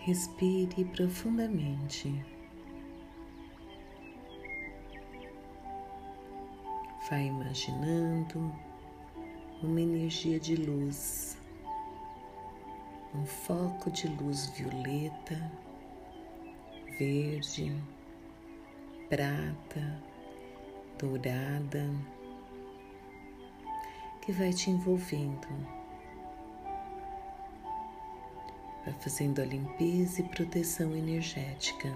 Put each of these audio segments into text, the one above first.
Respire profundamente. Vai imaginando uma energia de luz, um foco de luz violeta, verde, prata, dourada, que vai te envolvendo, vai fazendo a limpeza e proteção energética.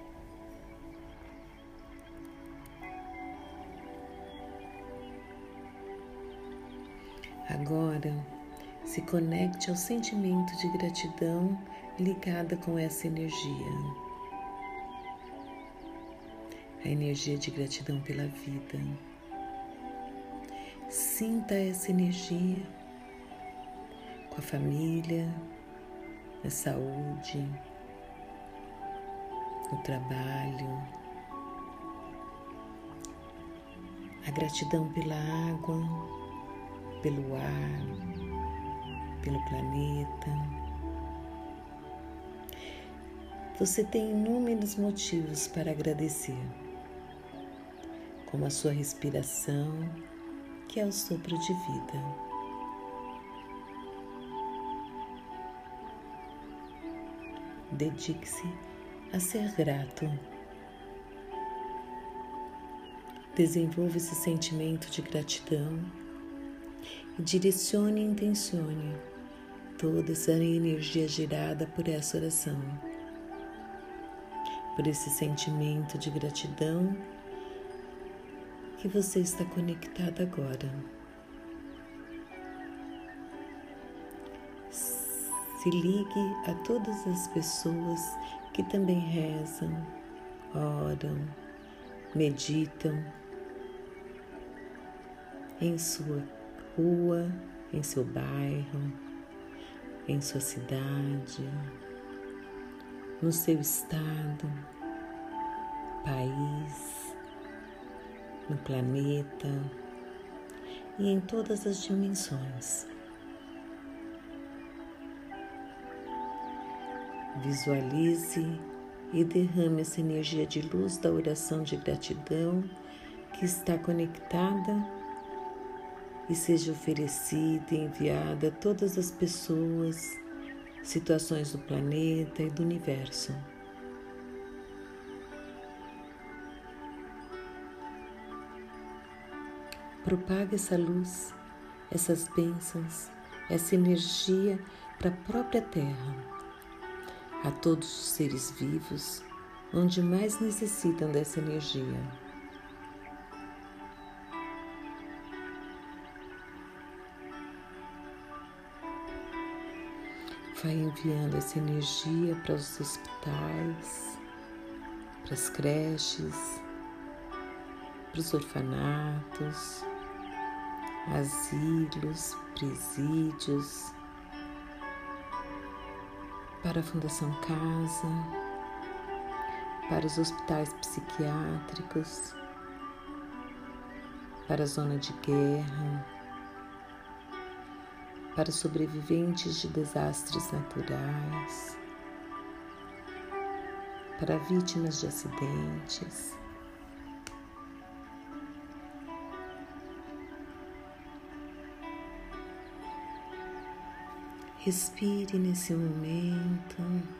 Agora, se conecte ao sentimento de gratidão ligada com essa energia. A energia de gratidão pela vida. Sinta essa energia com a família, na saúde, no trabalho. A gratidão pela água, pelo ar, pelo planeta. Você tem inúmeros motivos para agradecer, como a sua respiração, que é o sopro de vida. Dedique-se a ser grato. Desenvolva esse sentimento de gratidão e direcione e intencione toda essa energia gerada por essa oração, por esse sentimento de gratidão que você está conectado agora. Se ligue a todas as pessoas que também rezam, oram, meditam em sua rua, em seu bairro, em sua cidade, no seu estado, país, no planeta e em todas as dimensões. Visualize e derrame essa energia de luz da oração de gratidão que está conectada e seja oferecida e enviada a todas as pessoas, situações do planeta e do universo. Propague essa luz, essas bênçãos, essa energia para a própria Terra, a todos os seres vivos, onde mais necessitam dessa energia. Vai enviando essa energia para os hospitais, para as creches, para os orfanatos, asilos, presídios, para a Fundação Casa, para os hospitais psiquiátricos, para a zona de guerra, para os sobreviventes de desastres naturais, para vítimas de acidentes. Respire nesse momento,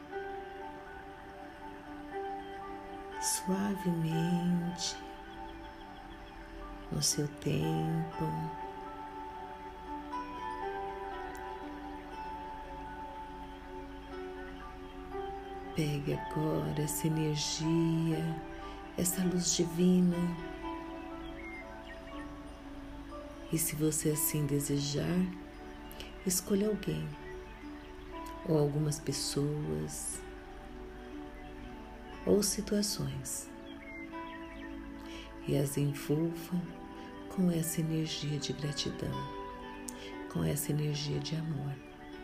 suavemente, no seu tempo. Pegue agora essa energia, essa luz divina. E se você assim desejar, escolha alguém ou algumas pessoas ou situações e as envolva com essa energia de gratidão, com essa energia de amor.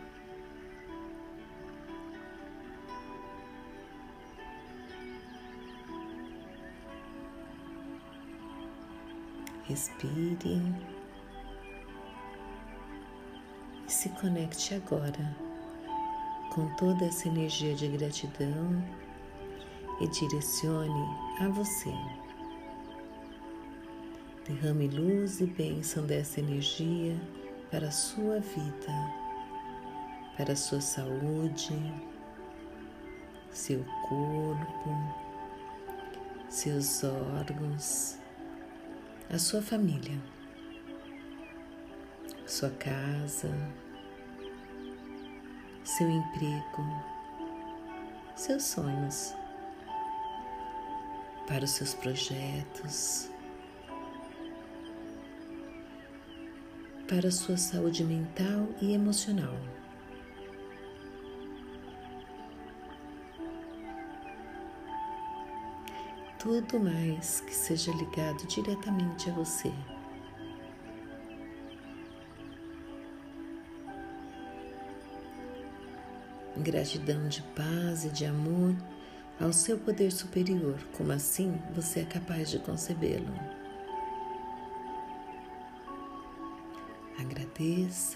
Respire e se conecte agora com toda essa energia de gratidão e direcione a você. Derrame luz e bênção dessa energia para a sua vida, para a sua saúde, seu corpo, seus órgãos, a sua família, sua casa, seu emprego, seus sonhos, para os seus projetos, para a sua saúde mental e emocional. Tudo mais que seja ligado diretamente a você. Gratidão de paz e de amor ao seu poder superior, como assim você é capaz de concebê-lo. Agradeça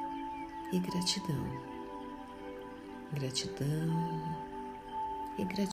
e gratidão. Gratidão e gratidão.